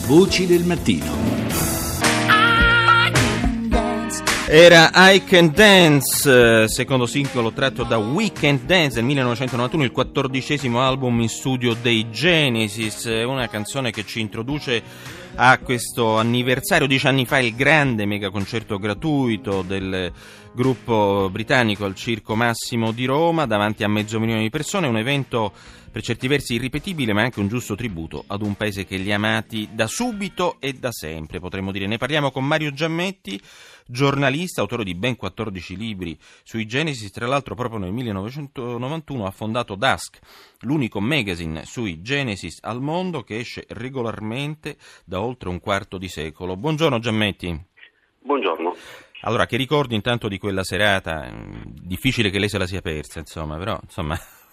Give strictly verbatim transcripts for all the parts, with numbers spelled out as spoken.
Voci del mattino. Era I Can Dance, secondo singolo tratto da We Can't Dance del millenovecentonovantuno, il quattordicesimo album in studio dei Genesis, una canzone che ci introduce a questo anniversario. Dieci anni fa il grande mega concerto gratuito del gruppo britannico al Circo Massimo di Roma, davanti a mezzo milione di persone, un evento per certi versi irripetibile, ma anche un giusto tributo ad un paese che li ha amati da subito e da sempre, potremmo dire. Ne parliamo con Mario Giammetti, giornalista, autore di ben quattordici libri sui Genesis. Tra l'altro proprio nel millenovecentonovantuno ha fondato Dusk, l'unico magazine sui Genesis al mondo che esce regolarmente da oltre un quarto di secolo. Buongiorno Giammetti. Buongiorno. Allora, che ricordi intanto di quella serata? Difficile che lei se la sia persa, insomma, però, insomma...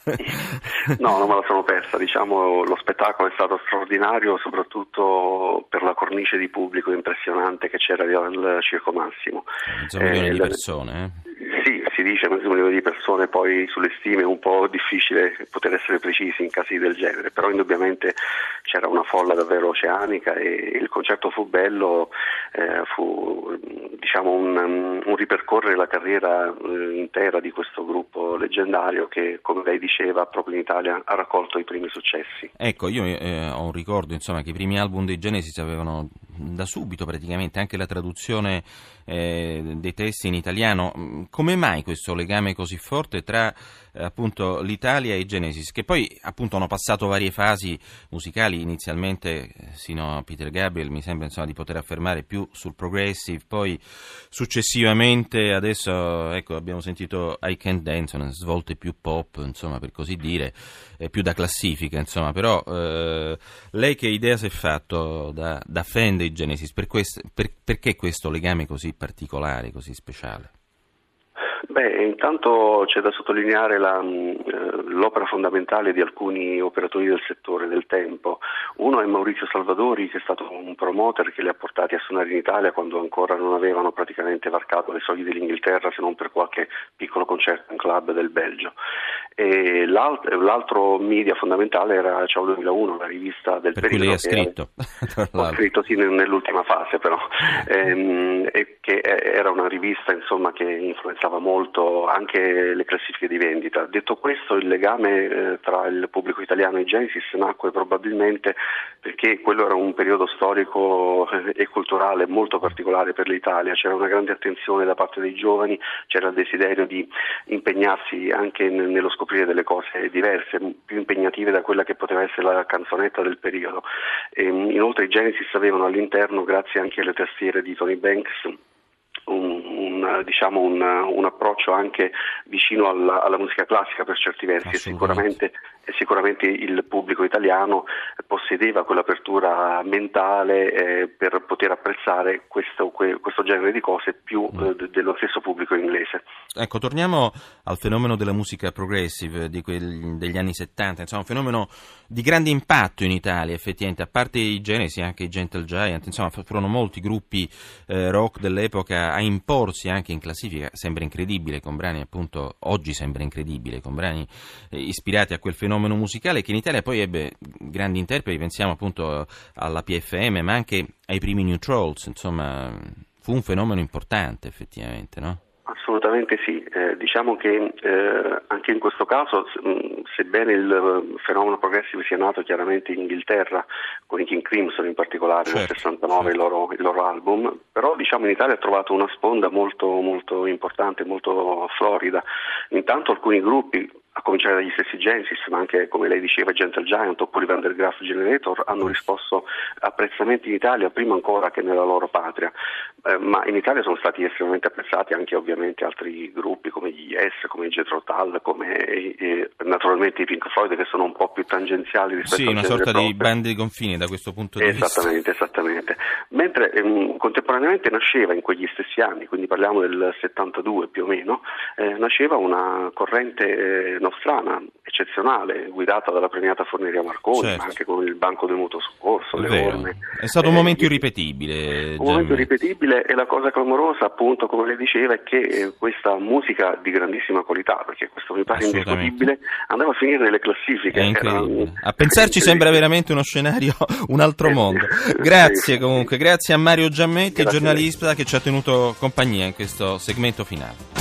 No, non me la sono persa, diciamo, lo spettacolo è stato straordinario, soprattutto per la cornice di pubblico impressionante che c'era al Circo Massimo. Mezzo milione eh, di persone, eh? Sì, si dice mezzo milione di persone, poi sulle stime è un po' difficile poter essere precisi in casi del genere, però indubbiamente c'era una folla davvero oceanica e il concerto fu bello, eh, fu diciamo un, un ripercorrere la carriera eh, intera di questo gruppo leggendario che, come lei diceva, proprio in Italia ha raccolto i primi successi. Ecco, io eh, ho un ricordo, insomma, che i primi album dei Genesis avevano da subito praticamente anche la traduzione eh, dei testi in italiano. Come mai questo legame così forte tra eh, appunto l'Italia e i Genesis, che poi appunto hanno passato varie fasi musicali, inizialmente eh, sino a Peter Gabriel, mi sembra insomma di poter affermare più sul progressive, poi successivamente adesso ecco abbiamo sentito I Can't Dance, una svolte più pop, insomma, per così dire, eh, più da classifica, insomma, però eh, lei che idea si è fatto da, da fan dei Genesis, per questo, per, perché questo legame così particolare, così speciale? Beh, intanto c'è da sottolineare la, l'opera fondamentale di alcuni operatori del settore del tempo. Uno è Maurizio Salvadori, che è stato un promoter che li ha portati a suonare in Italia quando ancora non avevano praticamente varcato le soglie dell'Inghilterra, se non per qualche piccolo concerto in club del Belgio. E l'alt- l'altro media fondamentale era Ciao duemilauno, la rivista del per periodo. Per cui lei ha scritto. Ho scritto sì nell'ultima fase però, ehm, e che era una rivista insomma che influenzava molto molto anche le classifiche di vendita. Detto questo, il legame eh, tra il pubblico italiano e i Genesis nacque probabilmente perché quello era un periodo storico eh, e culturale molto particolare per l'Italia. C'era una grande attenzione da parte dei giovani, c'era il desiderio di impegnarsi anche n- nello scoprire delle cose diverse, più impegnative da quella che poteva essere la canzonetta del periodo. E, inoltre i Genesis avevano all'interno, grazie anche alle tastiere di Tony Banks, Un, un, diciamo un, un approccio anche vicino alla, alla musica classica per certi versi e sicuramente, e sicuramente il pubblico italiano possedeva quell'apertura mentale eh, per poter apprezzare questo, que, questo genere di cose più eh, de, dello stesso pubblico inglese. Ecco, torniamo al fenomeno della musica progressive di quel, degli anni settanta, insomma un fenomeno di grande impatto in Italia effettivamente, a parte i Genesis anche i Gentle Giant, insomma furono molti gruppi eh, rock dell'epoca a imporsi anche in classifica. Sembra incredibile, con brani appunto, oggi sembra incredibile, con brani eh, ispirati a quel fenomeno musicale che in Italia poi ebbe grandi interpreti, pensiamo appunto alla P F M ma anche ai primi New Trolls, insomma fu un fenomeno importante effettivamente, no? Assolutamente sì, eh, diciamo che eh, anche in questo caso, sebbene il fenomeno progressive sia nato chiaramente in Inghilterra, con i King Crimson in particolare, certo, nel sessantanove, certo. il, loro, il loro album, però diciamo in Italia ha trovato una sponda molto, molto importante, molto florida. Intanto alcuni gruppi, a cominciare dagli stessi Genesis, ma anche, come lei diceva, Gentle Giant oppure Van der Graaf Generator, hanno risposto apprezzamenti in Italia prima ancora che nella loro patria, eh, ma in Italia sono stati estremamente apprezzati anche ovviamente altri gruppi come gli Yes, come i Jethro Tull, come eh, naturalmente i Pink Floyd, che sono un po' più tangenziali rispetto sì, al una sorta di bande di confine da questo punto di esattamente, vista. Esattamente, mentre ehm, contemporaneamente nasceva in quegli stessi anni, quindi parliamo del settantadue più o meno, eh, nasceva una corrente eh, nostrana, eccezionale, guidata dalla premiata Forneria Marconi, certo, ma anche con il Banco del Mutuo Soccorso, le orme. È stato un eh, momento irripetibile. Un momento irripetibile incredibile e la cosa clamorosa, appunto, come lei diceva, è che eh, questa musica di grandissima qualità, perché questo mi pare indiscutibile, andava a finire nelle classifiche. È incredibile. Era, a pensarci sembra veramente uno scenario, un altro mondo. Grazie comunque, grazie a Mario Giammetti, grazie, giornalista che ci ha tenuto compagnia in questo segmento finale.